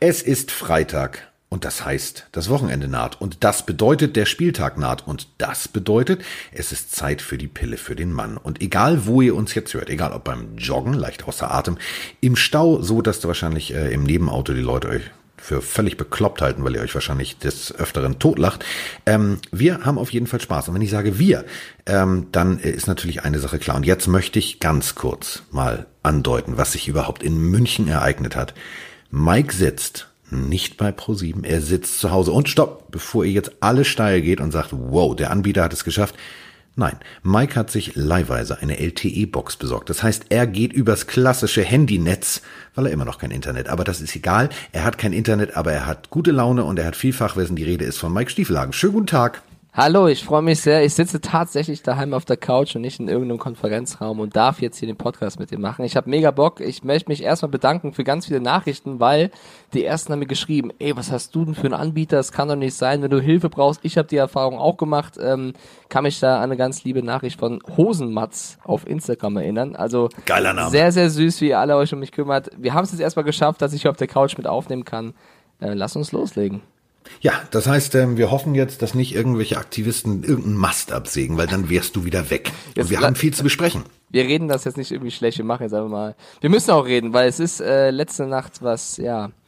Es ist Freitag und das heißt, das Wochenende naht und das bedeutet, der Spieltag naht und das bedeutet, es ist Zeit für die Pille für den Mann. Und egal, wo ihr uns jetzt hört, egal ob beim Joggen, leicht außer Atem, im Stau, so dass du wahrscheinlich im Nebenauto die Leute euch für völlig bekloppt halten, weil ihr euch wahrscheinlich des Öfteren totlacht. Wir haben auf jeden Fall Spaß. Und wenn ich sage wir, dann ist natürlich eine Sache klar. Und jetzt möchte ich ganz kurz mal andeuten, was sich überhaupt in München ereignet hat. Mike sitzt nicht bei ProSieben, er sitzt zu Hause. Und stopp, bevor ihr jetzt alle steil geht und sagt, wow, der Anbieter hat es geschafft. Nein, Mike hat sich leihweise eine LTE-Box besorgt. Das heißt, er geht übers klassische Handynetz, weil er immer noch kein Internet. Aber das ist egal. Er hat kein Internet, aber er hat gute Laune und er hat viel Fachwissen. Die Rede ist von Mike Stiefelhagen. Schönen guten Tag. Hallo, ich freue mich sehr. Ich sitze tatsächlich daheim auf der Couch und nicht in irgendeinem Konferenzraum und darf jetzt hier den Podcast mit dir machen. Ich habe mega Bock. Ich möchte mich erstmal bedanken für ganz viele Nachrichten, weil die ersten haben mir geschrieben, ey, was hast du denn für einen Anbieter? Das kann doch nicht sein, wenn du Hilfe brauchst. Ich habe die Erfahrung auch gemacht. Kann mich da an eine ganz liebe Nachricht von Hosenmatz auf Instagram erinnern. Also geiler Name. Sehr, sehr süß, wie ihr alle euch um mich kümmert. Wir haben es jetzt erstmal geschafft, dass ich hier auf der Couch mit aufnehmen kann. Lass uns loslegen. Ja, das heißt, wir hoffen jetzt, dass nicht irgendwelche Aktivisten irgendeinen Mast absägen, weil dann wärst du wieder weg. Und wir haben viel zu besprechen. Wir reden das jetzt nicht irgendwie schlecht, wir machen jetzt einfach mal. Wir müssen auch reden, weil es ist letzte Nacht was,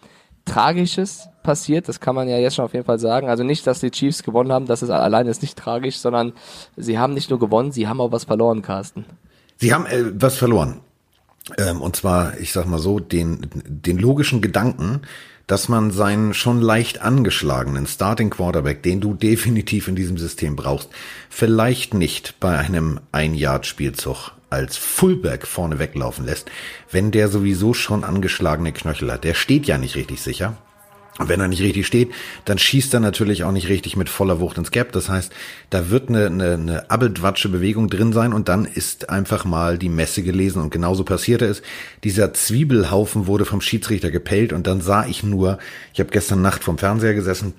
Tragisches passiert, das kann man ja jetzt schon auf jeden Fall sagen. Also nicht, dass die Chiefs gewonnen haben, das ist alleine ist nicht tragisch, sondern sie haben nicht nur gewonnen, sie haben auch was verloren, Carsten. Sie haben was verloren. Und zwar, ich sag mal so, den logischen Gedanken, dass man seinen schon leicht angeschlagenen Starting Quarterback, den du definitiv in diesem System brauchst, vielleicht nicht bei einem 1-Yard-Spielzug als Fullback vorne weglaufen lässt, wenn der sowieso schon angeschlagene Knöchel hat. Der steht ja nicht richtig sicher. Und wenn er nicht richtig steht, dann schießt er natürlich auch nicht richtig mit voller Wucht ins Gap. Das heißt, da wird eine Abbelwatsche Bewegung drin sein und dann ist einfach mal die Messe gelesen und genauso passierte es. Dieser Zwiebelhaufen wurde vom Schiedsrichter gepellt und dann sah ich nur, ich habe gestern Nacht vorm Fernseher gesessen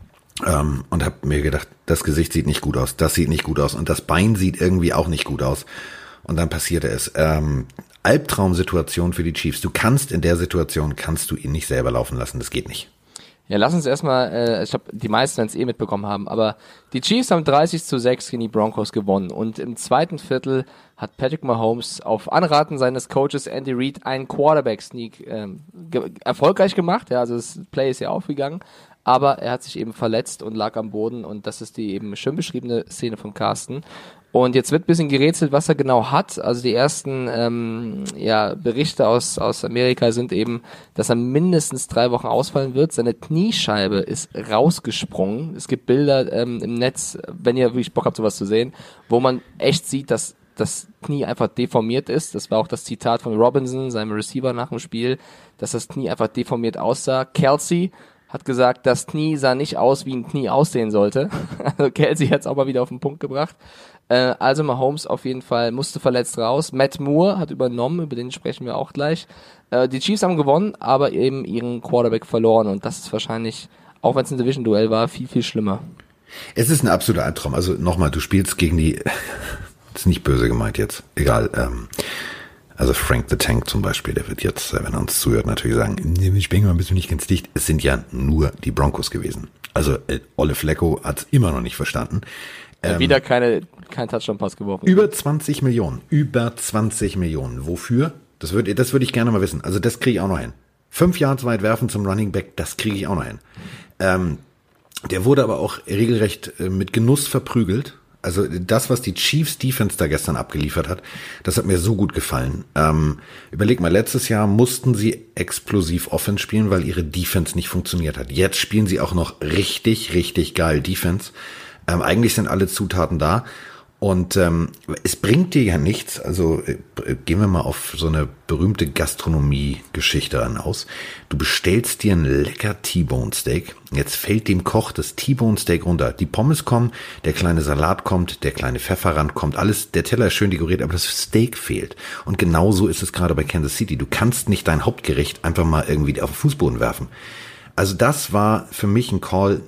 und habe mir gedacht, das Gesicht sieht nicht gut aus, das sieht nicht gut aus und das Bein sieht irgendwie auch nicht gut aus. Und dann passierte es. Albtraumsituation für die Chiefs. Du kannst in der Situation, ihn nicht selber laufen lassen, das geht nicht. Ja, lass uns erstmal, ich glaube, die meisten werden es mitbekommen haben, aber die Chiefs haben 30-6 gegen die Broncos gewonnen und im zweiten Viertel hat Patrick Mahomes auf Anraten seines Coaches Andy Reid einen Quarterback-Sneak erfolgreich gemacht, ja, also das Play ist ja aufgegangen, aber er hat sich eben verletzt und lag am Boden und das ist die eben schön beschriebene Szene von Carsten. Und jetzt wird ein bisschen gerätselt, was er genau hat. Also die ersten Berichte aus Amerika sind eben, dass er mindestens 3 Wochen ausfallen wird. Seine Kniescheibe ist rausgesprungen. Es gibt Bilder im Netz, wenn ihr wirklich Bock habt, sowas zu sehen, wo man echt sieht, dass das Knie einfach deformiert ist. Das war auch das Zitat von Robinson, seinem Receiver nach dem Spiel, dass das Knie einfach deformiert aussah. Kelsey hat gesagt, das Knie sah nicht aus, wie ein Knie aussehen sollte. Also Kelsey hat es auch mal wieder auf den Punkt gebracht. Also Mahomes auf jeden Fall musste verletzt raus. Matt Moore hat übernommen, über den sprechen wir auch gleich. Die Chiefs haben gewonnen, aber eben ihren Quarterback verloren. Und das ist wahrscheinlich, auch wenn es ein Division-Duell war, viel, viel schlimmer. Es ist ein absoluter Albtraum. Also nochmal, du spielst gegen die, das ist nicht böse gemeint jetzt, egal, also Frank the Tank zum Beispiel, der wird jetzt, wenn er uns zuhört, natürlich sagen, Spengler, bist du nicht ganz dicht. Es sind ja nur die Broncos gewesen. Also Olle Flecko hat es immer noch nicht verstanden. Wieder kein Touchdown-Pass geworfen. Über 20 Millionen. Wofür? Das würde ich gerne mal wissen. Also das kriege ich auch noch hin. 5 Yards weit werfen zum Running Back, das kriege ich auch noch hin. Der wurde aber auch regelrecht mit Genuss verprügelt. Also das, was die Chiefs Defense da gestern abgeliefert hat, das hat mir so gut gefallen. Überleg mal, letztes Jahr mussten sie explosiv Offense spielen, weil ihre Defense nicht funktioniert hat. Jetzt spielen sie auch noch richtig, richtig geil Defense. Eigentlich sind alle Zutaten da und es bringt dir ja nichts, also gehen wir mal auf so eine berühmte Gastronomie-Geschichte aus. Du bestellst dir ein lecker T-Bone Steak, jetzt fällt dem Koch das T-Bone Steak runter. Die Pommes kommen, der kleine Salat kommt, der kleine Pfefferrand kommt, alles, der Teller ist schön dekoriert, aber das Steak fehlt. Und genauso ist es gerade bei Kansas City. Du kannst nicht dein Hauptgericht einfach mal irgendwie auf den Fußboden werfen. Also das war für mich ein Call.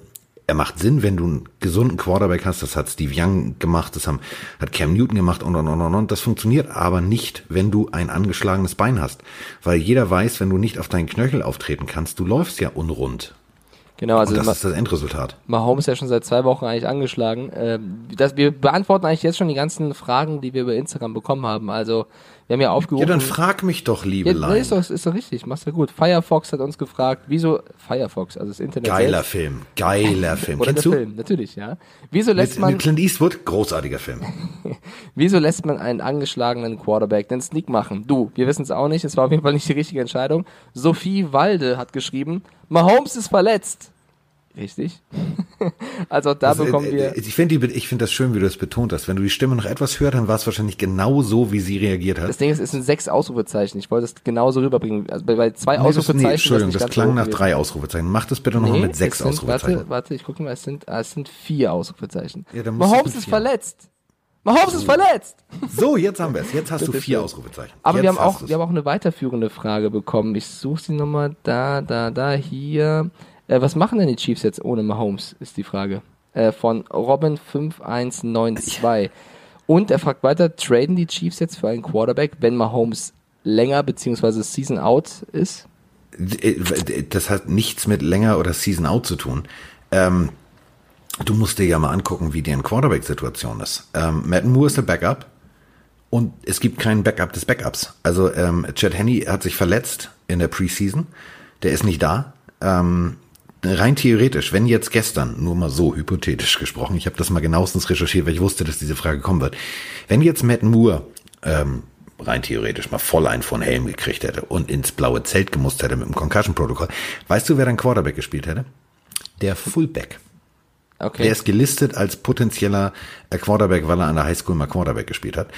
er macht Sinn, wenn du einen gesunden Quarterback hast. Das hat Steve Young gemacht, hat Cam Newton gemacht und. Das funktioniert aber nicht, wenn du ein angeschlagenes Bein hast. Weil jeder weiß, wenn du nicht auf deinen Knöchel auftreten kannst, du läufst ja unrund. Genau, also und das ist das Endresultat. Mahomes ist ja schon seit 2 Wochen eigentlich angeschlagen. Wir beantworten eigentlich jetzt schon die ganzen Fragen, die wir über Instagram bekommen haben. Also wir haben ja aufgerufen. Ja, dann frag mich doch, Liebelein. Nee, ist doch richtig, machst du gut. Firefox hat uns gefragt, wieso Firefox, also das Internet Geiler selbst. Film. Oder Kennst der du? Film, natürlich, ja. Wieso lässt man mit Clint Eastwood, großartiger Film. Wieso lässt man einen angeschlagenen Quarterback den Sneak machen? Du, wir wissen es auch nicht, es war auf jeden Fall nicht die richtige Entscheidung. Sophie Walde hat geschrieben, Mahomes ist verletzt. Richtig. Also da bekommen wir... Ich finde das schön, wie du das betont hast. Wenn du die Stimme noch etwas hörst, dann war es wahrscheinlich genau so, wie sie reagiert hat. Das Ding ist, es sind 6 Ausrufezeichen. Ich wollte es genauso rüberbringen. Also bei 2 Ausrufezeichen... Entschuldigung, das klang nach 3 Ausrufezeichen. Mach das bitte nochmal mit 6 Ausrufezeichen. Warte, ich gucke mal, es sind 4 Ausrufezeichen. Ja, Mahomes ist verletzt. Mahomes ist verletzt. So, jetzt haben wir es. Jetzt hast du 4 Ausrufezeichen. Aber wir haben auch eine weiterführende Frage bekommen. Ich suche sie nochmal hier... was machen denn die Chiefs jetzt ohne Mahomes, ist die Frage. Von Robin5192. Und er fragt weiter, traden die Chiefs jetzt für einen Quarterback, wenn Mahomes länger bzw. Season Out ist? Das hat nichts mit länger oder Season Out zu tun. Du musst dir ja mal angucken, wie deren Quarterback-Situation ist. Matt Moore ist der Backup und es gibt keinen Backup des Backups. Also Chad Henne hat sich verletzt in der Preseason. Der ist nicht da. Rein theoretisch, wenn jetzt gestern, nur mal so hypothetisch gesprochen, ich habe das mal genauestens recherchiert, weil ich wusste, dass diese Frage kommen wird. Wenn jetzt Matt Moore rein theoretisch mal voll einen von Helm gekriegt hätte und ins blaue Zelt gemusst hätte mit dem Concussion-Protokoll, weißt du, wer dann Quarterback gespielt hätte? Der Fullback. Okay. Der ist gelistet als potenzieller Quarterback, weil er an der Highschool mal Quarterback gespielt hat.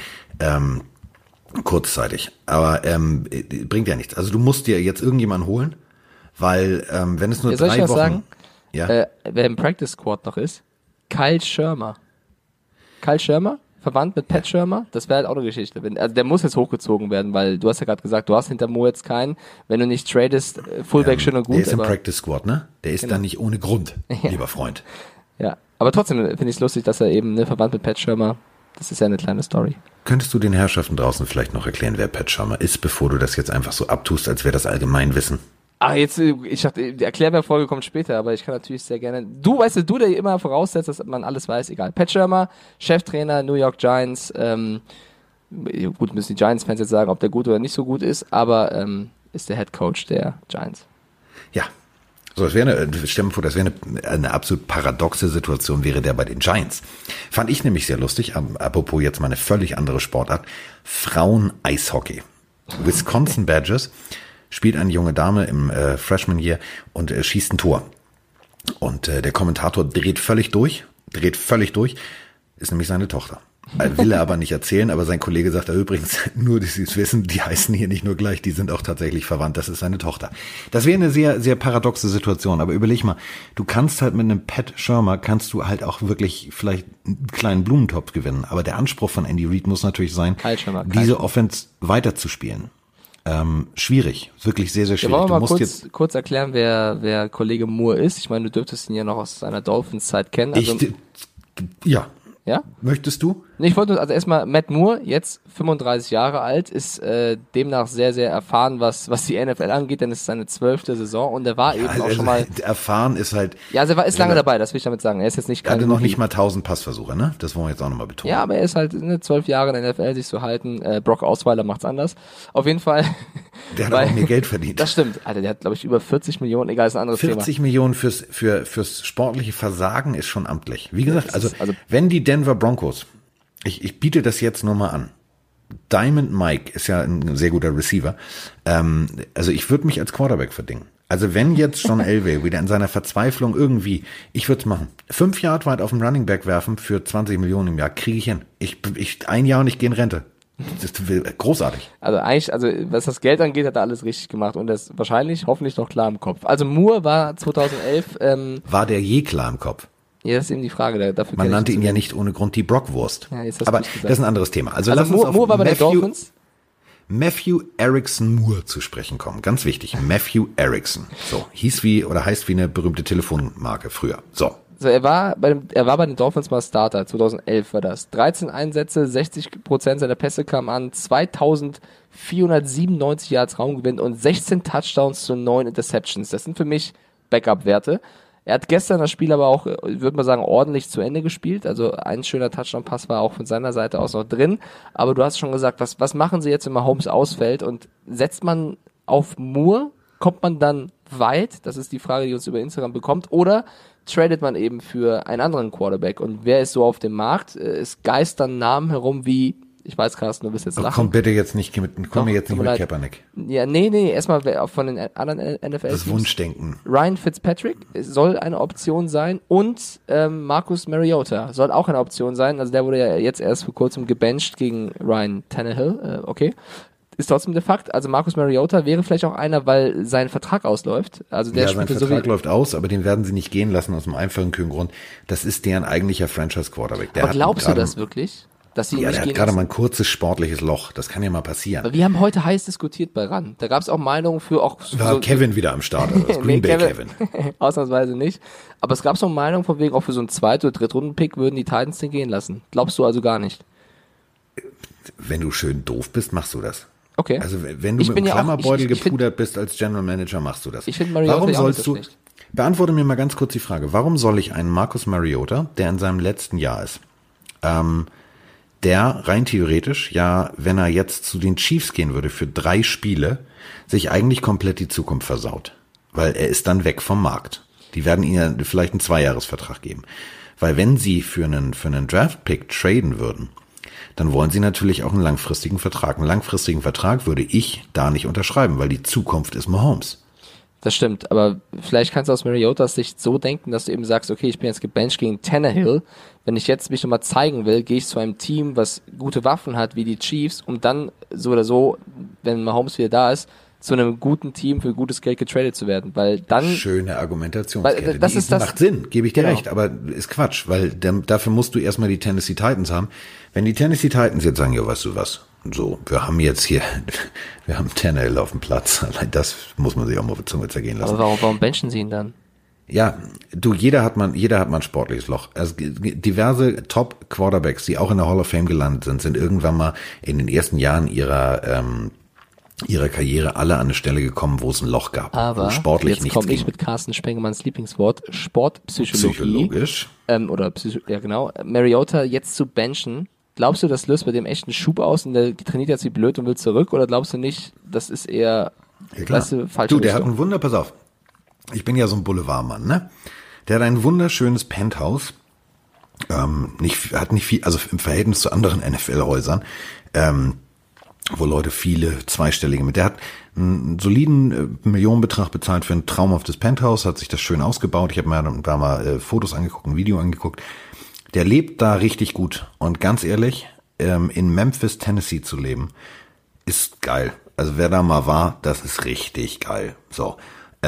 Kurzzeitig. Aber bringt ja nichts. Also du musst dir jetzt irgendjemanden holen, weil wenn es nur 3 Wochen... Sagen? Ja? Wer im Practice Squad noch ist? Kyle Schirmer. Kyle Schirmer? Verwandt mit Pat Schirmer? Das wäre halt auch eine Geschichte. Also der muss jetzt hochgezogen werden, weil du hast ja gerade gesagt, du hast hinter Mo jetzt keinen. Wenn du nicht tradest, Fullback schön und gut. Der ist im Practice Squad, ne? Der ist dann nicht ohne Grund, lieber Freund. Ja, aber trotzdem finde ich es lustig, dass er eben verwandt mit Pat Schirmer. Das ist ja eine kleine Story. Könntest du den Herrschaften draußen vielleicht noch erklären, wer Pat Schirmer ist, bevor du das jetzt einfach so abtust, als wäre das Allgemeinwissen? Ich dachte, die Erklärfolge kommt später, aber ich kann natürlich sehr gerne. Du, der immer voraussetzt, dass man alles weiß, egal. Pat Shurmur, Cheftrainer, New York Giants. Gut, müssen die Giants-Fans jetzt sagen, ob der gut oder nicht so gut ist, aber ist der Head Coach der Giants. Ja. So, stell mir vor, das wäre eine absolut paradoxe Situation, wäre der bei den Giants. Fand ich nämlich sehr lustig, apropos jetzt mal eine völlig andere Sportart. Frauen-Eishockey. Wisconsin Badgers. Spielt eine junge Dame im Freshman Year und schießt ein Tor. Und der Kommentator dreht völlig durch, ist nämlich seine Tochter. Will er aber nicht erzählen, aber sein Kollege sagt, übrigens, nur, dass Sie es wissen, die heißen hier nicht nur gleich, die sind auch tatsächlich verwandt, das ist seine Tochter. Das wäre eine sehr, sehr paradoxe Situation, aber überleg mal, du kannst halt mit einem Pat Shurmur, kannst du halt auch wirklich vielleicht einen kleinen Blumentopf gewinnen, aber der Anspruch von Andy Reid muss natürlich sein, diese Offense weiterzuspielen. Schwierig, wirklich sehr, sehr schwierig. Ja, wollen wir mal kurz erklären, wer Kollege Moore ist? Ich meine, du dürftest ihn ja noch aus seiner Dolphins-Zeit kennen. Also, ja. Ja? Möchtest du? Nee, ich wollte also erstmal Matt Moore, jetzt 35 Jahre alt, ist demnach sehr, sehr erfahren, was die NFL angeht, denn es ist seine 12. Saison und er war eben auch schon mal... Erfahren ist halt... Ja, also er ist lange dabei, das will ich damit sagen. Er ist jetzt nicht... Er hatte noch nicht mal 1000 Passversuche, ne? Das wollen wir jetzt auch nochmal betonen. Ja, aber er ist halt 12 Jahre in der NFL, sich zu halten. Brock Osweiler macht's anders. Auf jeden Fall... Der hat auch mehr Geld verdient. Das stimmt. Alter, der hat, glaube ich, über 40 Millionen, egal, ist ein anderes 40 Thema. Millionen fürs sportliche Versagen ist schon amtlich. Wie gesagt, also wenn die Denver Broncos, ich biete das jetzt nur mal an. Diamond Mike ist ja ein sehr guter Receiver. Also ich würde mich als Quarterback verdingen. Also wenn jetzt John Elway wieder in seiner Verzweiflung irgendwie, ich würde es machen, 5 Yard weit auf den Running Back werfen für 20 Millionen im Jahr, kriege ich hin. Ein Jahr und ich gehe in Rente. Das ist großartig. Also eigentlich, was das Geld angeht, hat er alles richtig gemacht und er ist hoffentlich noch klar im Kopf. Also Moore war 2011... war der je klar im Kopf? Ja, das ist eben die Frage. Man nannte ihn ja nicht ohne Grund die Brockwurst. Ja, aber das ist ein anderes Thema. Also lass uns Moore war bei den Dolphins. Matthew Erickson Moore zu sprechen kommen. Ganz wichtig. Matthew Erickson. So, heißt wie eine berühmte Telefonmarke früher. So, So, er war bei den Dolphins mal Starter, 2011 war das. 13 Einsätze, 60% seiner Pässe kamen an, 2497 Yards Raumgewinn und 16 Touchdowns zu 9 Interceptions. Das sind für mich Backup-Werte. Er hat gestern das Spiel aber auch, würde man sagen, ordentlich zu Ende gespielt. Also ein schöner Touchdown-Pass war auch von seiner Seite aus noch drin. Aber du hast schon gesagt, was machen sie jetzt, wenn Mahomes ausfällt? Und setzt man auf Moore? Kommt man dann weit? Das ist die Frage, die uns über Instagram bekommt. Oder tradet man eben für einen anderen Quarterback? Und wer ist so auf dem Markt? Es geistern Namen herum wie, ich weiß, Carsten, du bist jetzt lachen. Komm bitte jetzt nicht mit Kaepernick. Ja, nee, erstmal von den anderen NFL. Das Wunschdenken. Ryan Fitzpatrick soll eine Option sein und Marcus Mariota soll auch eine Option sein. Also der wurde ja jetzt erst vor kurzem gebencht gegen Ryan Tannehill. Okay. Ist trotzdem der Fakt. Also Marcus Mariota wäre vielleicht auch einer, weil sein Vertrag ausläuft. Also der sein Vertrag läuft aus, aber den werden sie nicht gehen lassen aus dem einfachen kühlen Grund. Das ist deren eigentlicher Franchise-Quarterback. Aber glaubst du das wirklich? Dass sie der hat gerade mal ein kurzes sportliches Loch. Das kann ja mal passieren. Aber wir haben heute heiß diskutiert bei RAN. Da gab es auch Meinungen für auch... War so Kevin wieder am Start, also das Green Bay Kevin. Ausnahmsweise nicht. Aber es gab so Meinungen von wegen, auch für so einen Zweit- oder Drittrunden-Pick würden die Titans den gehen lassen. Glaubst du also gar nicht? Wenn du schön doof bist, machst du das. Okay. Also wenn du mit dem Klammerbeutel gepudert bist als General Manager, machst du das. Ich finde Mariota warum ja sollst so du? Beantworte mir mal ganz kurz die Frage. Warum soll ich einen Marcus Mariota, der in seinem letzten Jahr ist, der rein theoretisch, ja, wenn er jetzt zu den Chiefs gehen würde für 3 Spiele, sich eigentlich komplett die Zukunft versaut. Weil er ist dann weg vom Markt. Die werden ihm ja vielleicht einen 2-Jahres-Vertrag geben. Weil wenn sie für einen Draft-Pick traden würden, dann wollen sie natürlich auch einen langfristigen Vertrag. Einen langfristigen Vertrag würde ich da nicht unterschreiben, weil die Zukunft ist Mahomes. Das stimmt, aber vielleicht kannst du aus Mariotas Sicht so denken, dass du eben sagst, okay, ich bin jetzt gebencht gegen Tannehill. Wenn ich jetzt mich nochmal zeigen will, gehe ich zu einem Team, was gute Waffen hat, wie die Chiefs, um dann so oder so, wenn Mahomes wieder da ist, zu einem guten Team für gutes Geld getradet zu werden, weil dann... Schöne Argumentationskette. Das macht Sinn, gebe ich dir recht, aber ist Quatsch, weil dafür musst du erstmal die Tennessee Titans haben. Wenn die Tennessee Titans jetzt sagen, ja, weißt du was, so, wir haben Tannehill auf dem Platz, allein das muss man sich auch mal auf die Zunge zergehen lassen. Aber warum benchen sie ihn dann? Ja, jeder hat mal ein sportliches Loch. Also diverse Top-Quarterbacks, die auch in der Hall of Fame gelandet sind irgendwann mal in den ersten Jahren ihrer Karriere alle an eine Stelle gekommen, wo es ein Loch gab. Aber sportlich jetzt komme ich mit Carsten Spengemanns Lieblingswort, Sportpsychologie. Psychologisch. Ja genau. Mariota jetzt zu benchen, glaubst du, das löst bei dem echten Schub aus und der trainiert jetzt wie blöd und will zurück? Oder glaubst du nicht, das ist eher, weißt du, falsche der Richtung? Hat pass auf, ich bin ja so ein Boulevardmann, ne? Der hat ein wunderschönes Penthouse, hat nicht viel, also im Verhältnis zu anderen NFL-Häusern, wo Leute viele zweistellige mit. Der hat einen soliden Millionenbetrag bezahlt für ein traumhaftes Penthouse, hat sich das schön ausgebaut. Ich habe mir da mal Fotos angeguckt, ein Video angeguckt. Der lebt da richtig gut. Und ganz ehrlich, in Memphis, Tennessee zu leben, ist geil. Also wer da mal war, das ist richtig geil. So,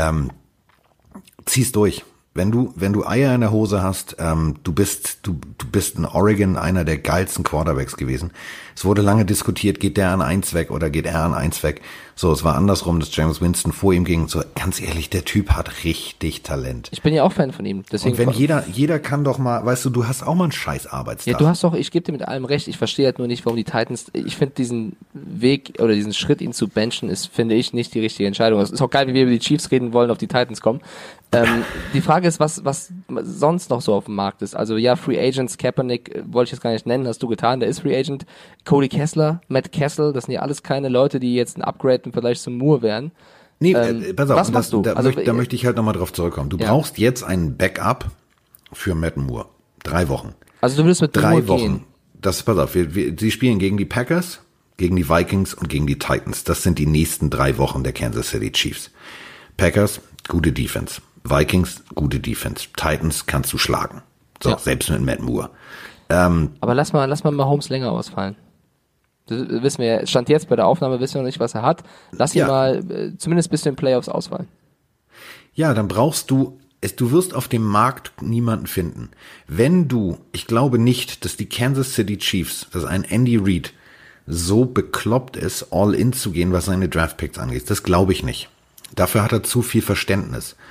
zieh's durch. Wenn du Eier in der Hose hast, du bist in Oregon einer der geilsten Quarterbacks gewesen. Es wurde lange diskutiert, geht der an 1 weg oder geht er an 1 weg? So, es war andersrum, dass James Winston vor ihm ging. So, ganz ehrlich, der Typ hat richtig Talent. Ich bin ja auch Fan von ihm. Deswegen und wenn jeder kann doch mal, weißt du hast auch mal einen scheiß Arbeitstag. Ja, du hast doch, ich gebe dir mit allem recht. Ich verstehe halt nur nicht, warum die Titans, ich finde diesen Weg oder diesen Schritt, ihn zu benchen, ist, finde ich, nicht die richtige Entscheidung. Es ist auch geil, wie wir über die Chiefs reden wollen, auf die Titans kommen. Die Frage ist, was sonst noch so auf dem Markt ist. Also ja, Free Agents, Kaepernick, wollte ich jetzt gar nicht nennen, hast du getan, der ist Free Agent. Cody Kessler, Matt Cassel, das sind ja alles keine Leute, die jetzt ein Upgrade im Vergleich zum Moore wären. Nee, pass auf, da möchte ich halt nochmal drauf zurückkommen. Du brauchst jetzt einen Backup für Matt Moore. 3 Wochen. Also du würdest mit 3 Wochen gehen. Pass auf, sie spielen gegen die Packers, gegen die Vikings und gegen die Titans. Das sind die nächsten 3 Wochen der Kansas City Chiefs. Packers, gute Defense. Vikings, gute Defense. Titans kannst du schlagen. So, selbst mit Matt Moore. Aber lass mal Mahomes länger ausfallen. Das wissen wir ja, Stand jetzt bei der Aufnahme wissen wir noch nicht, was er hat. Lass ihn mal zumindest bis zu den Playoffs ausfallen. Ja, dann brauchst du wirst auf dem Markt niemanden finden. Ich glaube nicht, dass die Kansas City Chiefs, dass ein Andy Reid so bekloppt ist, all in zu gehen, was seine Draftpicks angeht. Das glaube ich nicht. Dafür hat er zu viel Verständnis.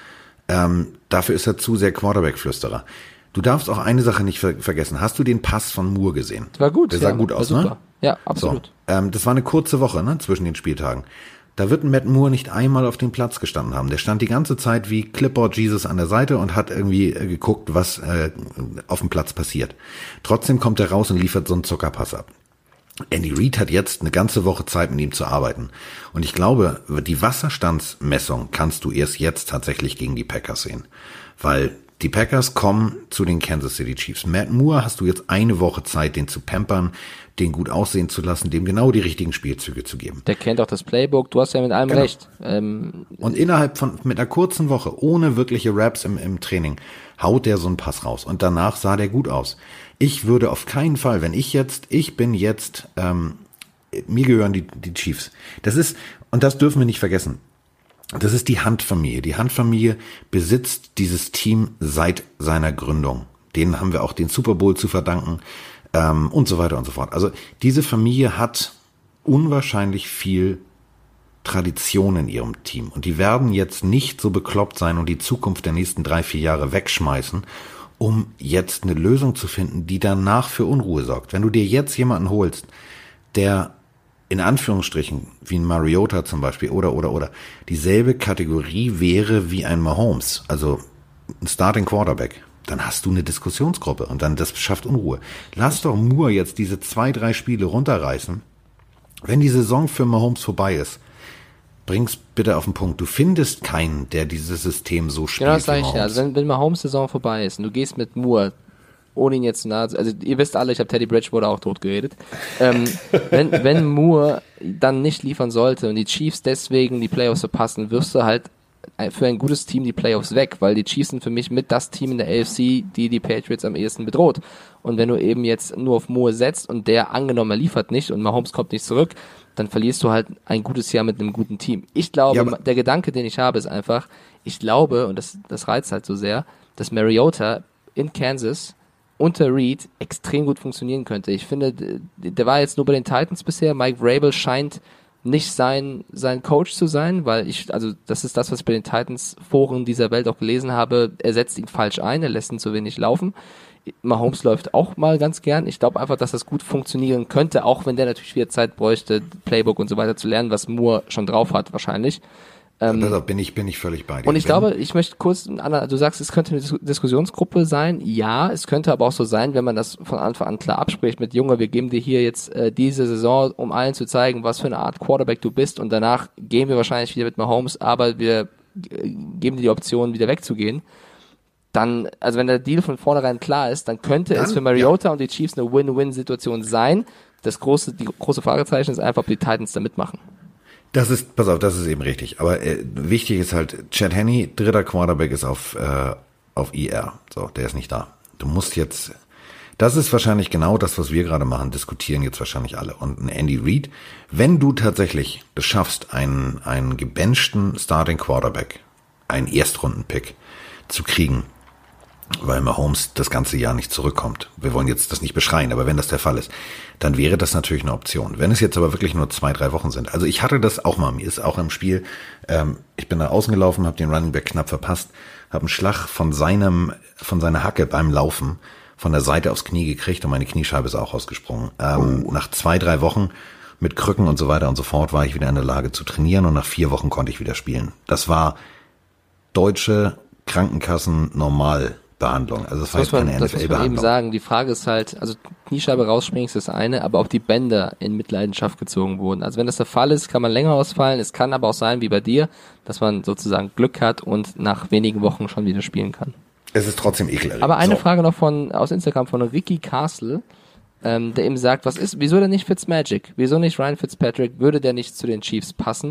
Dafür ist er zu sehr Quarterback-Flüsterer. Du darfst auch eine Sache nicht vergessen. Hast du den Pass von Moore gesehen? War gut. Der sah gut aus, super. Ne? Ja, absolut. So, das war eine kurze Woche, ne, zwischen den Spieltagen. Da wird Matt Moore nicht einmal auf dem Platz gestanden haben. Der stand die ganze Zeit wie Clipboard Jesus an der Seite und hat irgendwie geguckt, was auf dem Platz passiert. Trotzdem kommt er raus und liefert so einen Zuckerpass ab. Andy Reid hat jetzt eine ganze Woche Zeit, mit ihm zu arbeiten. Und ich glaube, die Wasserstandsmessung kannst du erst jetzt tatsächlich gegen die Packers sehen. Weil die Packers kommen zu den Kansas City Chiefs. Matt Moore hast du jetzt eine Woche Zeit, den zu pampern, den gut aussehen zu lassen, dem genau die richtigen Spielzüge zu geben. Der kennt auch das Playbook, du hast ja mit allem recht. Und innerhalb mit einer kurzen Woche, ohne wirkliche Raps im Training, haut der so einen Pass raus. Und danach sah der gut aus. Ich würde auf keinen Fall, wenn mir gehören die Chiefs. Das ist, und das dürfen wir nicht vergessen, das ist die Hunt-Familie. Die Hunt-Familie besitzt dieses Team seit seiner Gründung. Denen haben wir auch den Super Bowl zu verdanken, und so weiter und so fort. Also diese Familie hat unwahrscheinlich viel Tradition in ihrem Team. Und die werden jetzt nicht so bekloppt sein und die Zukunft der nächsten 3-4 Jahre wegschmeißen, um jetzt eine Lösung zu finden, die danach für Unruhe sorgt. Wenn du dir jetzt jemanden holst, der in Anführungsstrichen, wie ein Mariota zum Beispiel, oder, dieselbe Kategorie wäre wie ein Mahomes, also ein Starting Quarterback, dann hast du eine Diskussionsgruppe und dann das schafft Unruhe. Lass doch Moore jetzt diese 2-3 Spiele runterreißen. Wenn die Saison für Mahomes vorbei ist, bring's bitte auf den Punkt. Du findest keinen, der dieses System so spielt. Genau, das sage ich ja. Also wenn Mahomes Saison vorbei ist und du gehst mit Moore, ohne ihn jetzt nahe, also ihr wisst alle, ich habe Teddy Bridgewater auch tot geredet. Wenn Moore dann nicht liefern sollte und die Chiefs deswegen die Playoffs verpassen, wirst du halt für ein gutes Team die Playoffs weg, weil die Chiefs sind für mich mit das Team in der AFC, die Patriots am ehesten bedroht. Und wenn du eben jetzt nur auf Moore setzt und der angenommen, er liefert nicht und Mahomes kommt nicht zurück, dann verlierst du halt ein gutes Jahr mit einem guten Team. Ich glaube, der Gedanke, den ich habe, ist einfach, ich glaube, und das reizt halt so sehr, dass Mariota in Kansas unter Reid extrem gut funktionieren könnte. Ich finde, der war jetzt nur bei den Titans bisher. Mike Vrabel scheint nicht sein Coach zu sein, weil das ist das, was ich bei den Titans-Foren dieser Welt auch gelesen habe. Er setzt ihn falsch ein, er lässt ihn zu wenig laufen. Mahomes läuft auch mal ganz gern. Ich glaube einfach, dass das gut funktionieren könnte, auch wenn der natürlich wieder Zeit bräuchte, Playbook und so weiter zu lernen, was Moore schon drauf hat wahrscheinlich. Da bin ich völlig bei dir. Und ich glaube, ich möchte kurz, Anna, du sagst, es könnte eine Diskussionsgruppe sein. Ja, es könnte aber auch so sein, wenn man das von Anfang an klar abspricht mit Junge, wir geben dir hier jetzt diese Saison, um allen zu zeigen, was für eine Art Quarterback du bist und danach gehen wir wahrscheinlich wieder mit Mahomes, aber wir geben dir die Option, wieder wegzugehen. Dann, also wenn der Deal von vornherein klar ist, dann könnte es für Mariota und die Chiefs eine Win-Win-Situation die große Fragezeichen ist einfach, ob die Titans da mitmachen. Das ist eben richtig. Aber wichtig ist halt, Chad Henne, dritter Quarterback, ist auf IR. So, der ist nicht da. Du musst jetzt, das ist wahrscheinlich genau das, was wir gerade machen, diskutieren jetzt wahrscheinlich alle. Und ein Andy Reid, wenn du tatsächlich das schaffst, einen gebenchten Starting Quarterback, einen Erstrunden-Pick zu kriegen, weil Mahomes das ganze Jahr nicht zurückkommt. Wir wollen jetzt das nicht beschreien, aber wenn das der Fall ist, dann wäre das natürlich eine Option. Wenn es jetzt aber wirklich nur 2-3 Wochen sind. Also ich hatte das auch mal, mir ist auch im Spiel, ich bin da außen gelaufen, habe den Running Back knapp verpasst, habe einen Schlag von seiner Hacke beim Laufen von der Seite aufs Knie gekriegt und meine Kniescheibe ist auch ausgesprungen. Nach 2-3 Wochen mit Krücken und so weiter und so fort war ich wieder in der Lage zu trainieren und nach 4 Wochen konnte ich wieder spielen. Das war deutsche Krankenkassen Normalbehandlung. Also das war jetzt keine NFL-Behandlung. Das muss man eben sagen. Die Frage ist halt, also Kniescheibe rausspringen ist das eine, aber auch die Bänder in Mitleidenschaft gezogen wurden. Also wenn das der Fall ist, kann man länger ausfallen. Es kann aber auch sein, wie bei dir, dass man sozusagen Glück hat und nach wenigen Wochen schon wieder spielen kann. Es ist trotzdem ekelerregend. Aber eine Frage noch aus Instagram von Ricky Castle, der eben sagt, wieso denn nicht Fitzmagic? Wieso nicht Ryan Fitzpatrick? Würde der nicht zu den Chiefs passen?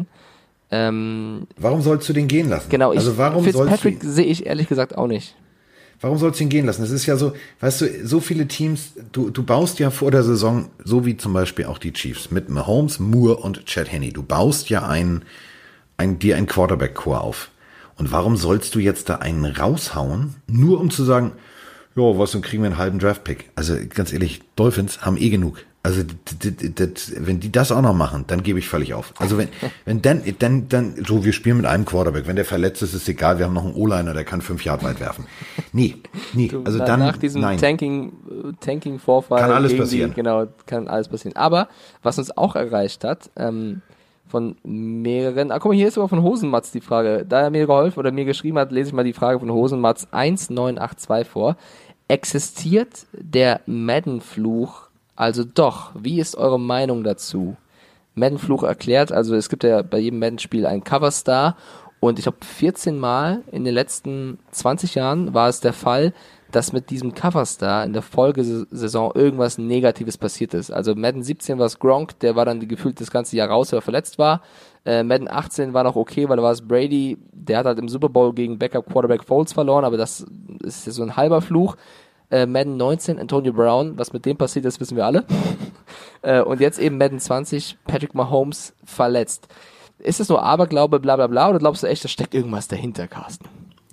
Warum sollst du den gehen lassen? Genau, Fitzpatrick sehe ich ehrlich gesagt auch nicht. Warum sollst du ihn gehen lassen? Es ist ja so, weißt du, so viele Teams, du baust ja vor der Saison, so wie zum Beispiel auch die Chiefs, mit Mahomes, Moore und Chad Henne. Du baust ja dir ein Quarterback-Core auf. Und warum sollst du jetzt da einen raushauen, nur um zu sagen, ja, dann kriegen wir einen halben Draft-Pick. Also ganz ehrlich, Dolphins haben genug. Also wenn die das auch noch machen, dann gebe ich völlig auf. Also wenn dann so, wir spielen mit einem Quarterback, wenn der verletzt ist, ist egal, wir haben noch einen O-Liner, der kann 5 Yard weit werfen. Nee, also dann nach diesem nein. Tanking-Vorfall kann alles passieren. Kann alles passieren. Aber was uns auch erreicht hat, von mehreren, guck mal, hier ist sogar von Hosenmatz die Frage, da er mir geholfen oder mir geschrieben hat, lese ich mal die Frage von Hosenmatz 1982 vor. Existiert der Madden-Fluch also doch? Wie ist eure Meinung dazu? Madden-Fluch erklärt, also es gibt ja bei jedem Madden-Spiel einen Coverstar und ich glaube 14 Mal in den letzten 20 Jahren war es der Fall, dass mit diesem Coverstar in der Folgesaison irgendwas Negatives passiert ist. Also Madden 17 war es Gronk, der war dann gefühlt das ganze Jahr raus, weil er verletzt war. Madden 18 war noch okay, weil da war es Brady, der hat halt im Super Bowl gegen Backup-Quarterback Foles verloren, aber das ist ja so ein halber Fluch. Madden 19, Antonio Brown, was mit dem passiert ist, wissen wir alle. Und jetzt eben Madden 20, Patrick Mahomes verletzt. Ist das nur Aberglaube, bla bla bla, oder glaubst du echt, da steckt irgendwas dahinter, Carsten?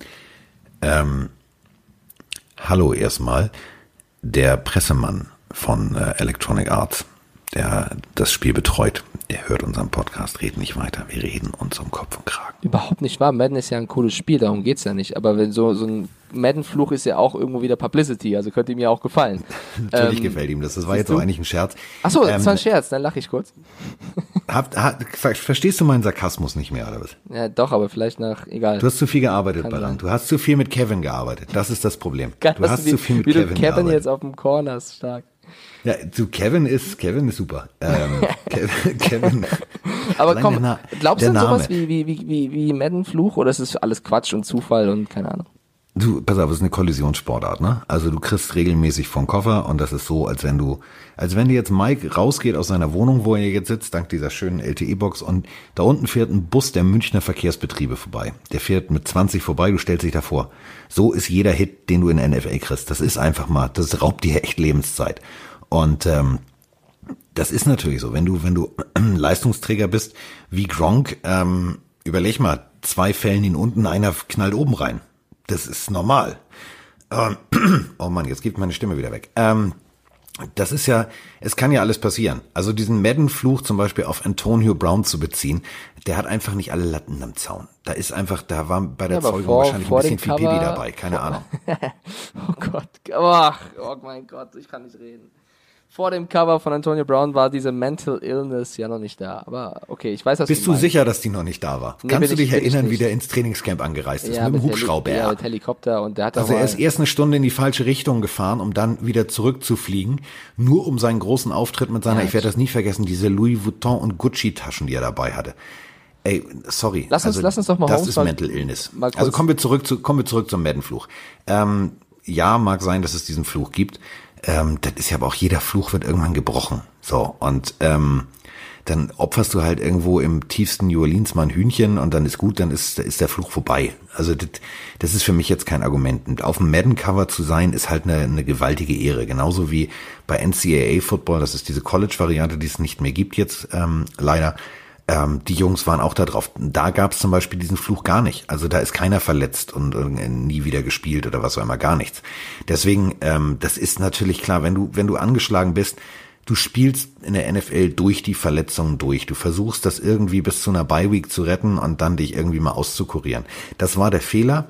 Hallo erstmal, der Pressemann von Electronic Arts, der das Spiel betreut, der hört unseren Podcast, red nicht weiter, wir reden uns um Kopf und Kragen. Überhaupt nicht wahr, Madden ist ja ein cooles Spiel, darum geht's ja nicht, aber wenn so ein Madden-Fluch ist ja auch irgendwo wieder Publicity, also könnte ihm ja auch gefallen. Natürlich gefällt ihm das war jetzt auch eigentlich ein Scherz. Achso, das war ein Scherz, dann lache ich kurz. Verstehst du meinen Sarkasmus nicht mehr, oder was? Ja, doch, aber vielleicht egal. Du hast zu viel gearbeitet, Baran. Du hast zu viel mit Kevin gearbeitet. Das ist das Problem. Geil, du hast zu viel mit Kevin gearbeitet. Kevin jetzt auf dem Corner ist stark. Ja, Kevin ist super. Kevin. Aber komm, glaubst du an sowas wie Madden-Fluch oder ist es alles Quatsch und Zufall und keine Ahnung? Du, pass auf, es ist eine Kollisionssportart, ne? Also du kriegst regelmäßig vor den Koffer und das ist so, als wenn jetzt Mike rausgeht aus seiner Wohnung, wo er jetzt sitzt, dank dieser schönen LTE-Box und da unten fährt ein Bus der Münchner Verkehrsbetriebe vorbei. Der fährt mit 20 vorbei, du stellst dich davor. So ist jeder Hit, den du in der NFL kriegst. Das ist einfach mal, das raubt dir echt Lebenszeit. Und das ist natürlich so, wenn du Leistungsträger bist wie Gronk, überleg mal, 2 fällen ihn unten, einer knallt oben rein. Das ist normal. Oh Mann, jetzt geht meine Stimme wieder weg. Das ist ja, es kann ja alles passieren. Also diesen Madden-Fluch zum Beispiel auf Antonio Brown zu beziehen, der hat einfach nicht alle Latten am Zaun. Da war bei der Zeugung wahrscheinlich ein bisschen viel Baby dabei, keine Ahnung. Oh Gott, oh mein Gott, ich kann nicht reden. Vor dem Cover von Antonio Brown war diese Mental Illness ja noch nicht da. Aber okay, ich weiß, was Bist du sicher, dass die noch nicht da war? Nee, kannst du dich erinnern, wie der ins Trainingscamp angereist ist? Mit dem Hubschrauber. Ja, mit Helikopter. Und der hat also er ist erst eine Stunde in die falsche Richtung gefahren, um dann wieder zurückzufliegen. Nur um seinen großen Auftritt mit seiner, ich werde das nie vergessen, diese Louis Vuitton und Gucci Taschen, die er dabei hatte. Ey, sorry. Lass uns doch mal Das ist Mental Illness. Also kommen wir zurück zum Madden-Fluch. Ja, mag sein, dass es diesen Fluch gibt. Das ist ja aber auch, jeder Fluch wird irgendwann gebrochen. So, und dann opferst du halt irgendwo im tiefsten New Orleans mal ein Hühnchen und dann ist gut, dann ist der Fluch vorbei. Also das ist für mich jetzt kein Argument. Und auf dem Madden-Cover zu sein, ist halt eine gewaltige Ehre. Genauso wie bei NCAA-Football, das ist diese College-Variante, die es nicht mehr gibt jetzt, leider. Die Jungs waren auch da drauf. Da gab es zum Beispiel diesen Fluch gar nicht. Also da ist keiner verletzt und nie wieder gespielt oder was auch immer, gar nichts. Deswegen, das ist natürlich klar, wenn du angeschlagen bist, du spielst in der NFL durch die Verletzungen durch. Du versuchst das irgendwie bis zu einer Bye-Week zu retten und dann dich irgendwie mal auszukurieren. Das war der Fehler.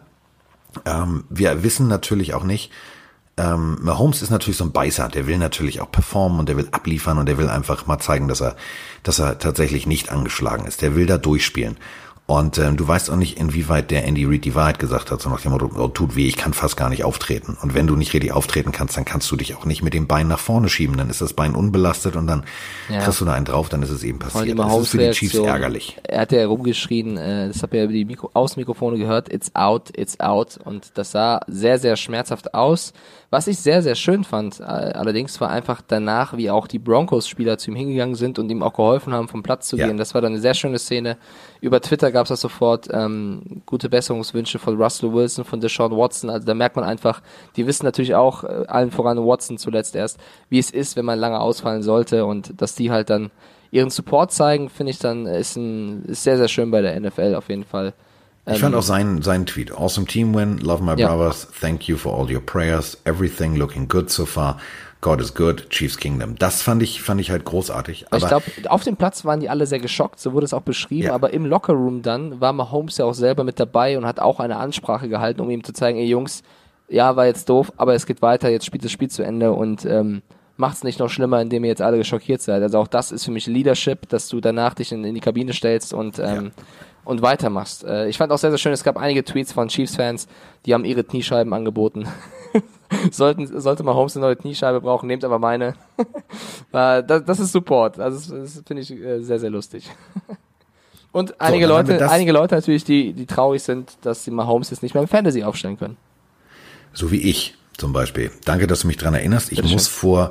Wir wissen natürlich auch nicht, Mahomes ist natürlich so ein Beißer, der will natürlich auch performen und der will abliefern und der will einfach mal zeigen, dass er tatsächlich nicht angeschlagen ist. Der will da durchspielen. Und du weißt auch nicht, inwieweit der Andy Reid die Wahrheit gesagt hat, so nach dem Motto, oh, tut weh, ich kann fast gar nicht auftreten. Und wenn du nicht richtig auftreten kannst, dann kannst du dich auch nicht mit dem Bein nach vorne schieben. Dann ist das Bein unbelastet und dann kriegst du da einen drauf, dann ist es eben passiert. Das ist für die Chiefs ärgerlich. Er hat ja rumgeschrien, das habt ihr ja über die Außenmikrofone gehört, it's out. Und das sah sehr, sehr schmerzhaft aus. Was ich sehr, sehr schön fand, allerdings war einfach danach, wie auch die Broncos-Spieler zu ihm hingegangen sind und ihm auch geholfen haben, vom Platz zu gehen. Das war dann eine sehr schöne Szene. Über Twitter gab es das sofort, gute Besserungswünsche von Russell Wilson, von Deshaun Watson. Also da merkt man einfach, die wissen natürlich auch, allen voran Watson zuletzt erst, wie es ist, wenn man lange ausfallen sollte und dass die halt dann ihren Support zeigen, finde ich dann, ist sehr, sehr schön bei der NFL auf jeden Fall. Ich fand auch seinen Tweet. Awesome team win. Love my brothers. Thank you for all your prayers. Everything looking good so far. God is good, Chiefs Kingdom. Das fand ich halt großartig. Aber ich glaube, auf dem Platz waren die alle sehr geschockt, so wurde es auch beschrieben, aber im Lockerroom dann war Mahomes ja auch selber mit dabei und hat auch eine Ansprache gehalten, um ihm zu zeigen, ey Jungs, ja, war jetzt doof, aber es geht weiter, jetzt spielt das Spiel zu Ende und macht's nicht noch schlimmer, indem ihr jetzt alle geschockiert seid. Also auch das ist für mich Leadership, dass du danach dich in die Kabine stellst und weitermachst. Ich fand auch sehr, sehr schön, es gab einige Tweets von Chiefs-Fans, die haben ihre Kniescheiben angeboten. Sollte Mahomes eine neue Kniescheibe brauchen, nehmt aber meine. Das ist Support. Also das finde ich sehr, sehr lustig. Und einige Leute natürlich, die traurig sind, dass sie Mahomes jetzt nicht mehr im Fantasy aufstellen können. So wie ich zum Beispiel. Danke, dass du mich dran erinnerst. Ich muss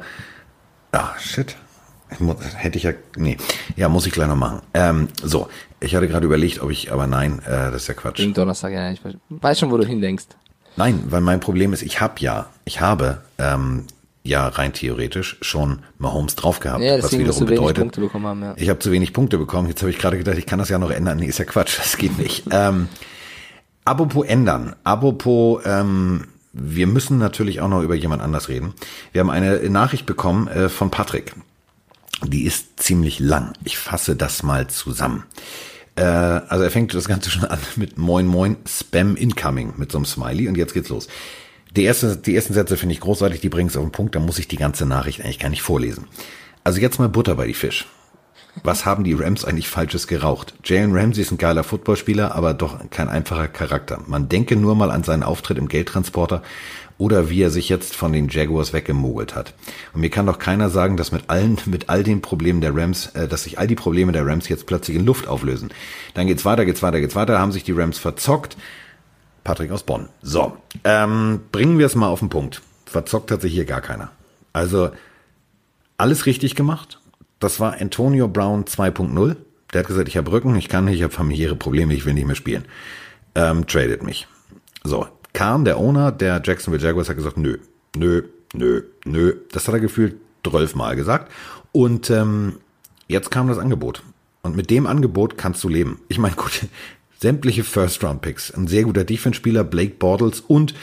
muss ich gleich noch machen. So, ich hatte gerade überlegt, aber nein, das ist ja Quatsch. Gegen Donnerstag, ja, ich weiß schon, wo du hindenkst. Nein, weil mein Problem ist, ich habe rein theoretisch schon Mahomes drauf gehabt, ja, deswegen, was wiederum zu wenig bedeutet, Punkte bekommen haben, ja. Ich habe zu wenig Punkte bekommen. Jetzt habe ich gerade gedacht, ich kann das ja noch ändern. Nee, ist ja Quatsch, das geht nicht. Apropos ändern, wir müssen natürlich auch noch über jemand anders reden. Wir haben eine Nachricht bekommen von Patrick. Die ist ziemlich lang. Ich fasse das mal zusammen. Also er fängt das Ganze schon an mit Moin Moin, Spam Incoming mit so einem Smiley und jetzt geht's los. Die ersten Sätze finde ich großartig, die bringen es auf den Punkt, da muss ich die ganze Nachricht eigentlich gar nicht vorlesen. Also jetzt mal Butter bei die Fisch. Was haben die Rams eigentlich Falsches geraucht? Jalen Ramsey ist ein geiler Footballspieler, aber doch kein einfacher Charakter. Man denke nur mal an seinen Auftritt im Geldtransporter oder wie er sich jetzt von den Jaguars weggemogelt hat. Und mir kann doch keiner sagen, dass mit all den Problemen der Rams, dass sich all die Probleme der Rams jetzt plötzlich in Luft auflösen. Dann geht's weiter, haben sich die Rams verzockt. Patrick aus Bonn. So, bringen wir es mal auf den Punkt. Verzockt hat sich hier gar keiner. Also, alles richtig gemacht. Das war Antonio Brown 2.0. Der hat gesagt, ich habe Rücken, ich kann nicht, ich habe familiäre Probleme, ich will nicht mehr spielen. Tradet mich. So, Kahn, der Owner der Jacksonville Jaguars, hat gesagt, nö. Das hat er gefühlt 12 Mal gesagt. Und jetzt kam das Angebot. Und mit dem Angebot kannst du leben. Ich meine, gut, sämtliche First-Round-Picks. Ein sehr guter Defense-Spieler, Blake Bortles und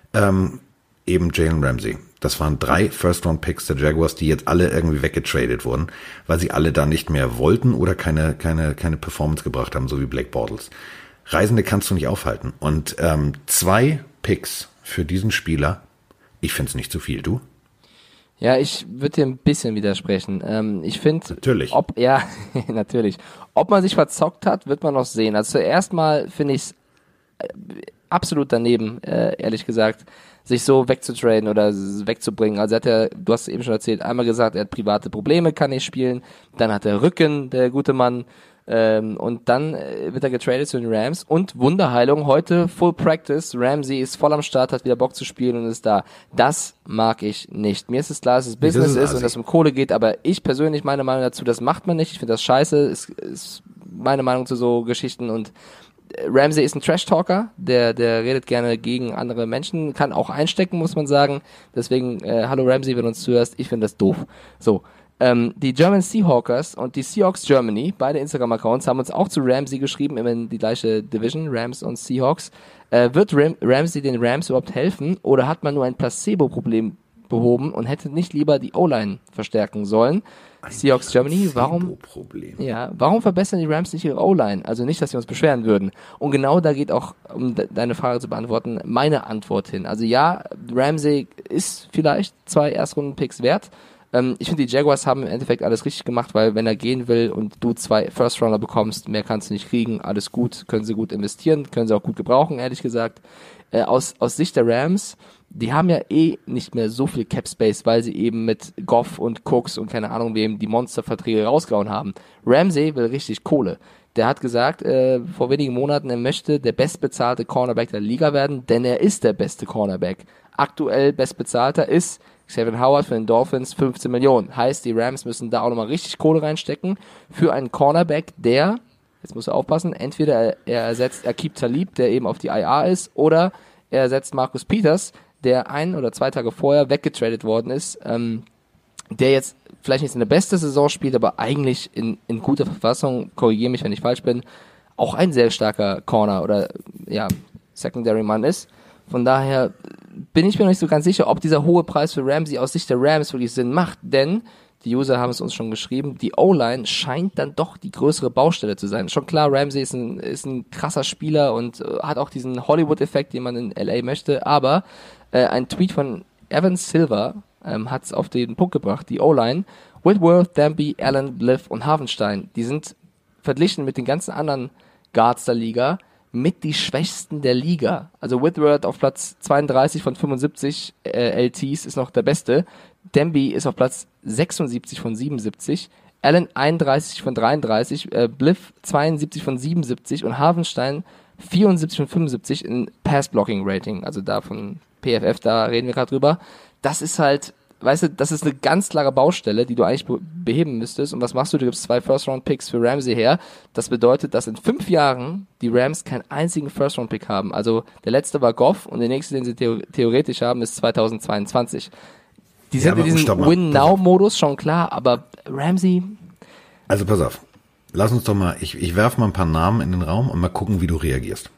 eben Jalen Ramsey. Das waren 3 First-Round-Picks der Jaguars, die jetzt alle irgendwie weggetradet wurden, weil sie alle da nicht mehr wollten oder keine Performance gebracht haben, so wie Blake Bortles. Reisende kannst du nicht aufhalten. Und 2 Picks für diesen Spieler, ich finde es nicht zu viel, du? Ja, ich würde dir ein bisschen widersprechen. Ich finde, natürlich. Natürlich. Ob man sich verzockt hat, wird man noch sehen. Also zuerst mal finde ich es absolut daneben, ehrlich gesagt, sich so wegzutraden oder wegzubringen. Also du hast eben schon erzählt, einmal gesagt, er hat private Probleme, kann nicht spielen. Dann hat er Rücken, der gute Mann. Und dann wird er getradet zu den Rams und Wunderheilung, heute Full Practice, Ramsey ist voll am Start, hat wieder Bock zu spielen und ist da. Das mag ich nicht. Mir ist es klar, dass es Business ist und dass es um Kohle geht, aber ich persönlich, meine Meinung dazu, das macht man nicht. Ich finde das scheiße, ist meine Meinung zu so Geschichten. Und Ramsey ist ein Trash-Talker, der redet gerne gegen andere Menschen, kann auch einstecken, muss man sagen. Deswegen, hallo Ramsey, wenn du uns zuhörst, ich finde das doof. So. Die German Seahawkers und die Seahawks Germany, beide Instagram-Accounts, haben uns auch zu Ramsey geschrieben, immerhin die gleiche Division, Rams und Seahawks. Wird Ramsey den Rams überhaupt helfen oder hat man nur ein Placebo-Problem behoben und hätte nicht lieber die O-Line verstärken sollen? Seahawks Germany, warum verbessern die Rams nicht ihre O-Line? Also nicht, dass wir uns beschweren würden. Und genau da geht auch, um deine Frage zu beantworten, meine Antwort hin. Also ja, Ramsey ist vielleicht 2 Erstrunden-Picks wert. Ich finde, die Jaguars haben im Endeffekt alles richtig gemacht, weil wenn er gehen will und du 2 First-Rounder bekommst, mehr kannst du nicht kriegen, alles gut, können sie gut investieren, können sie auch gut gebrauchen, ehrlich gesagt. Aus Sicht der Rams, die haben ja nicht mehr so viel Cap-Space, weil sie eben mit Goff und Cooks und keine Ahnung wem die Monsterverträge rausgehauen haben. Ramsey will richtig Kohle. Der hat gesagt, vor wenigen Monaten, er möchte der bestbezahlte Cornerback der Liga werden, denn er ist der beste Cornerback. Aktuell bestbezahlter ist Xavier Howard für den Dolphins 15 Millionen. Heißt, die Rams müssen da auch nochmal richtig Kohle reinstecken für einen Cornerback, der, jetzt muss er aufpassen, entweder er ersetzt Aqib Talib, der eben auf die IR ist, oder er ersetzt Marcus Peters, der 1 oder 2 Tage vorher weggetradet worden ist, der jetzt vielleicht nicht seine beste Saison spielt, aber eigentlich in guter Verfassung, korrigiere mich, wenn ich falsch bin, auch ein sehr starker Corner oder Secondary Mann ist. Von daher bin ich mir noch nicht so ganz sicher, ob dieser hohe Preis für Ramsey aus Sicht der Rams wirklich Sinn macht, denn die User haben es uns schon geschrieben, die O-Line scheint dann doch die größere Baustelle zu sein. Schon klar, Ramsey ist ein krasser Spieler und hat auch diesen Hollywood-Effekt, den man in LA möchte, aber ein Tweet von Evan Silver hat es auf den Punkt gebracht, die O-Line, Whitworth, Danby, Allen, Bliff und Havenstein, die sind verglichen mit den ganzen anderen Guards der Liga mit die Schwächsten der Liga. Also Whitworth auf Platz 32 von 75 LTs ist noch der Beste. Danby ist auf Platz 76 von 77. Allen 31 von 33. Bliff 72 von 77 und Havenstein 74 von 75 in Pass-Blocking-Rating. Also da von PFF, da reden wir gerade drüber. Das ist halt, weißt du, das ist eine ganz klare Baustelle, die du eigentlich beheben müsstest. Und was machst du? Du gibst 2 First-Round-Picks für Ramsey her. Das bedeutet, dass in 5 Jahren die Rams keinen einzigen First-Round-Pick haben. Also der letzte war Goff und der nächste, den sie theoretisch haben, ist 2022. Die sind in diesem Win-Now-Modus, schon klar, aber Ramsey... Also pass auf, lass uns doch mal, ich werfe mal ein paar Namen in den Raum und mal gucken, wie du reagierst.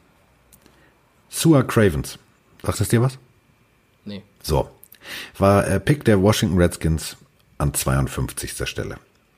Sua Cravens, sagt das dir was? Nee. So, war Pick der Washington Redskins an 52. Stelle.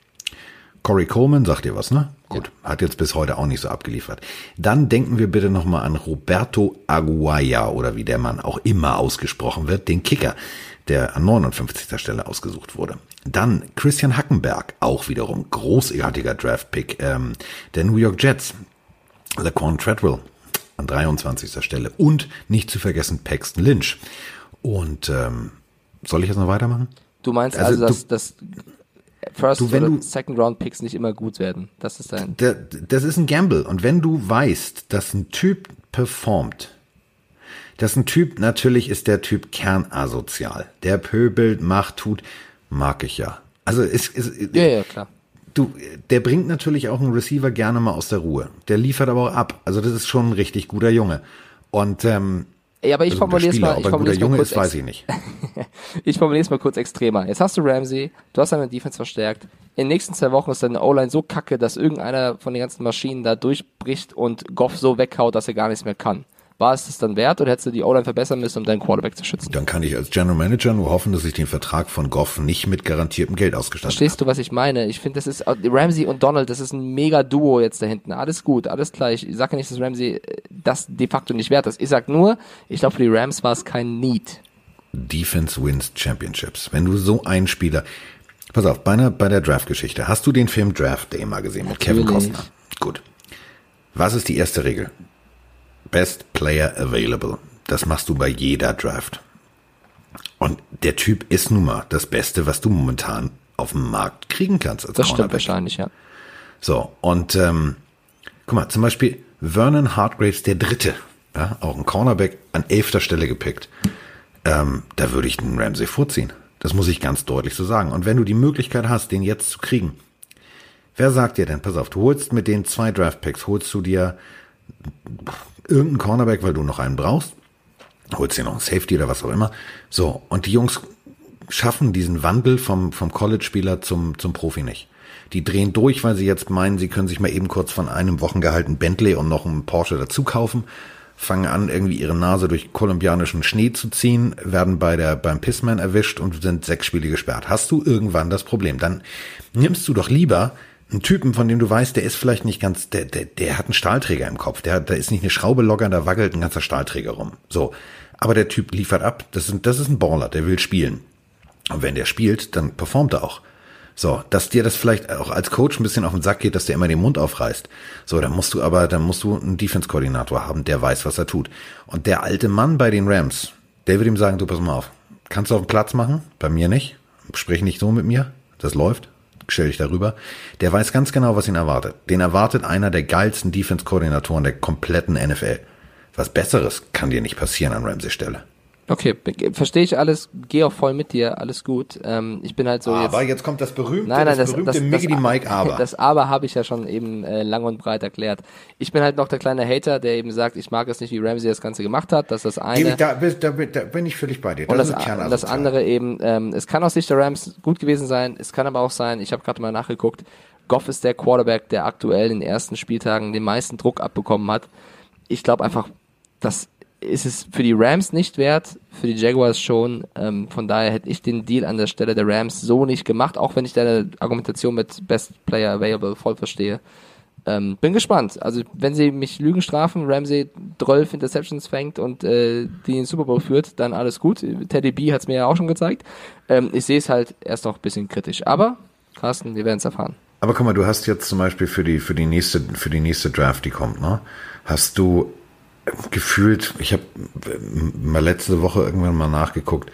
Corey Coleman, sagt dir was, ne? Ja. Gut, hat jetzt bis heute auch nicht so abgeliefert. Dann denken wir bitte nochmal an Roberto Aguaya oder wie der Mann auch immer ausgesprochen wird, den Kicker, der an 59. Stelle ausgesucht wurde. Dann Christian Hackenberg, auch wiederum großartiger Draft-Pick der New York Jets. Laquan Treadwell an 23. Stelle. Und nicht zu vergessen Paxton Lynch. Und soll ich jetzt noch weitermachen? Du meinst also dass First- oder Second-Round-Picks nicht immer gut werden? Das ist das ist ein Gamble. Und wenn du weißt, dass ein Typ performt, dass ein Typ, natürlich ist der Typ kernasozial. Der pöbelt, macht, tut, mag ich ja. Also ja, klar. Der bringt natürlich auch einen Receiver gerne mal aus der Ruhe. Der liefert aber auch ab. Also das ist schon ein richtig guter Junge. Und ja, aber ich formuliere es mal. Ob er ein guter Junge ist, weiß ich nicht. Ich formuliere es mal kurz extremer. Jetzt hast du Ramsey, du hast deine Defense verstärkt. In den nächsten 2 Wochen ist deine O-Line so kacke, dass irgendeiner von den ganzen Maschinen da durchbricht und Goff so weghaut, dass er gar nichts mehr kann. War es das dann wert oder hättest du die O-Line verbessern müssen, um deinen Quarterback zu schützen? Dann kann ich als General Manager nur hoffen, dass ich den Vertrag von Goff nicht mit garantiertem Geld ausgestattet habe. Verstehst du, was ich meine? Ich finde, das ist Ramsey und Donald, das ist ein mega Duo jetzt da hinten. Alles gut, alles gleich. Ich sage ja nicht, dass Ramsey das de facto nicht wert ist. Ich sag nur, ich glaube, für die Rams war es kein Need. Defense wins Championships. Wenn du so einen Spieler... Pass auf, bei der Draft-Geschichte. Hast du den Film Draft Day mal gesehen mit Kevin Costner? Gut. Was ist die erste Regel? Best Player Available. Das machst du bei jeder Draft. Und der Typ ist nun mal das Beste, was du momentan auf dem Markt kriegen kannst als Das Cornerback. stimmt wahrscheinlich, ja. So, und guck mal, zum Beispiel Vernon Hargreaves der Dritte, ja, auch ein Cornerback an 11. Stelle gepickt. Da würde ich den Ramsey vorziehen. Das muss ich ganz deutlich so sagen. Und wenn du die Möglichkeit hast, den jetzt zu kriegen, wer sagt dir denn, pass auf, du holst mit den 2 Draft-Picks, holst du dir irgendeinen Cornerback, weil du noch einen brauchst, holst dir noch einen Safety oder was auch immer. So, und die Jungs schaffen diesen Wandel vom College-Spieler zum Profi nicht. Die drehen durch, weil sie jetzt meinen, sie können sich mal eben kurz von einem Wochengehalt ein Bentley und noch einen Porsche dazu kaufen, fangen an, irgendwie ihre Nase durch kolumbianischen Schnee zu ziehen, werden beim Pissman erwischt und sind 6 Spiele gesperrt. Hast du irgendwann das Problem? Dann nimmst du doch lieber einen Typen, von dem du weißt, der ist vielleicht nicht ganz, der hat einen Stahlträger im Kopf, da ist nicht eine Schraube locker, da wackelt ein ganzer Stahlträger rum. So. Aber der Typ liefert ab, das ist ein Baller, der will spielen. Und wenn der spielt, dann performt er auch. So, dass dir das vielleicht auch als Coach ein bisschen auf den Sack geht, dass der immer den Mund aufreißt. So, dann musst du einen Defense-Koordinator haben, der weiß, was er tut. Und der alte Mann bei den Rams, der wird ihm sagen, du pass mal auf, kannst du auf den Platz machen? Bei mir nicht. Sprich nicht so mit mir. Das läuft. Stell dich darüber. Der weiß ganz genau, was ihn erwartet. Den erwartet einer der geilsten Defense-Koordinatoren der kompletten NFL. Was Besseres kann dir nicht passieren an Ramsey Stelle. Okay, verstehe ich alles, gehe auch voll mit dir, alles gut. Ich bin halt so aber jetzt kommt das berühmte, das Miggity Mike Aber. Das Aber habe ich ja schon eben lang und breit erklärt. Ich bin halt noch der kleine Hater, der eben sagt, ich mag es nicht, wie Ramsey das Ganze gemacht hat. Das ist das eine. Da bin ich völlig bei dir. Das und das andere eben, es kann aus Sicht der Rams gut gewesen sein, es kann aber auch sein, ich habe gerade mal nachgeguckt, Goff ist der Quarterback, der aktuell in den ersten Spieltagen den meisten Druck abbekommen hat. Ich glaube einfach, dass ist es für die Rams nicht wert, für die Jaguars schon. Von daher hätte ich den Deal an der Stelle der Rams so nicht gemacht, auch wenn ich deine Argumentation mit Best Player Available voll verstehe. Bin gespannt. Also wenn sie mich Lügen strafen, Ramsey 12 Interceptions fängt und die in den Super Bowl führt, dann alles gut. Teddy B hat es mir ja auch schon gezeigt. Ich sehe es halt erst noch ein bisschen kritisch. Aber, Carsten, wir werden es erfahren. Aber guck mal, du hast jetzt zum Beispiel für die nächste Draft, die kommt, ne? Hast du gefühlt, ich habe mal letzte Woche irgendwann mal nachgeguckt,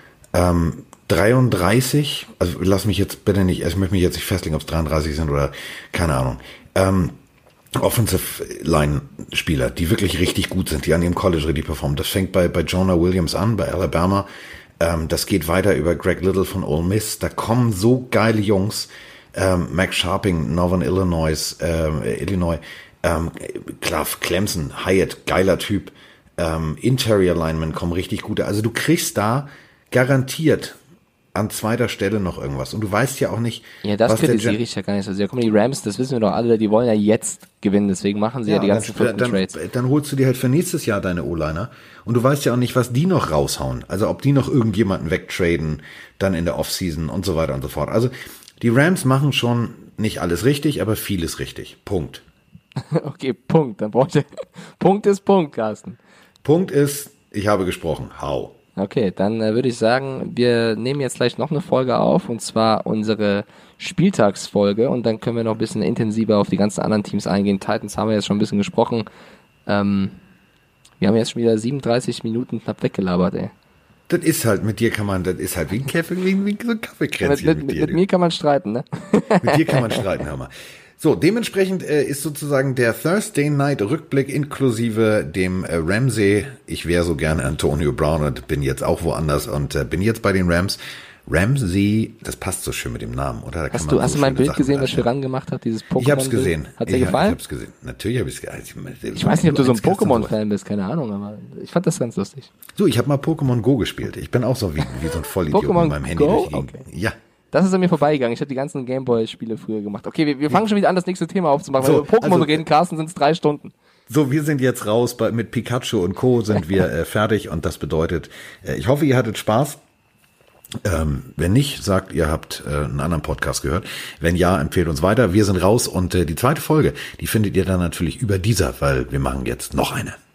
33, also lass mich jetzt bitte nicht, ich möchte mich jetzt nicht festlegen, ob es 33 sind oder keine Ahnung, Offensive Line Spieler, die wirklich richtig gut sind, die an ihrem College richtig performen. Das fängt bei Jonah Williams an, bei Alabama, das geht weiter über Greg Little von Ole Miss, da kommen so geile Jungs, Max Sharping, Northern Illinois, Cliff Clemson, Hyatt, geiler Typ, Interior Linemen kommen richtig gute, also du kriegst da garantiert an zweiter Stelle noch irgendwas. Und du weißt ja auch nicht, ja, das kritisiere ich ja gar nicht so sehr. Guck mal, die Rams, das wissen wir doch alle, die wollen ja jetzt gewinnen, deswegen machen sie ja die ganzen Trades. Dann holst du dir halt für nächstes Jahr deine O-Liner und du weißt ja auch nicht, was die noch raushauen. Also ob die noch irgendjemanden wegtraden, dann in der Offseason und so weiter und so fort. Also die Rams machen schon nicht alles richtig, aber vieles richtig. Punkt. Okay, Punkt. Dann braucht ihr Punkt ist Punkt, Carsten. Punkt ist, ich habe gesprochen. Hau. Okay, dann würde ich sagen, wir nehmen jetzt gleich noch eine Folge auf, und zwar unsere Spieltagsfolge, und dann können wir noch ein bisschen intensiver auf die ganzen anderen Teams eingehen. Titans haben wir jetzt schon ein bisschen gesprochen. Wir haben jetzt schon wieder 37 Minuten knapp weggelabert, ey. Das ist halt, mit dir kann man, das ist halt wie so ein Kaffeekränzchen mit dir. Mit mir kann man streiten, ne? Mit dir kann man streiten, hör mal. So, dementsprechend ist sozusagen der Thursday Night Rückblick inklusive dem Ramsey. Ich wäre so gerne Antonio Brown und bin jetzt auch woanders und bin jetzt bei den Rams. Ramsey, das passt so schön mit dem Namen, oder? Da hast du mein Bild Sachen gesehen, was Shiran gemacht hat, dieses Pokémon? Ich hab's gesehen. Hat dir gefallen? Ich hab's gesehen. Natürlich habe ich es gesehen. Ich weiß nicht, ob du so ein Pokémon-Fan bist, keine Ahnung, aber ich fand das ganz lustig. So, ich habe mal Pokémon Go gespielt. Ich bin auch so wie so ein Vollidiot mit meinem Handy durch die Gegend. Okay. Ja. Das ist an mir vorbeigegangen. Ich habe die ganzen Gameboy-Spiele früher gemacht. Okay, wir fangen schon wieder an, das nächste Thema aufzumachen. So, wenn wir über Pokémon reden, Carsten, sind es 3 Stunden. So, wir sind jetzt raus. Mit Pikachu und Co. sind wir fertig. Und das bedeutet, ich hoffe, ihr hattet Spaß. Wenn nicht, sagt, ihr habt einen anderen Podcast gehört. Wenn ja, empfehlt uns weiter. Wir sind raus. Und die zweite Folge, die findet ihr dann natürlich über dieser, weil wir machen jetzt noch eine.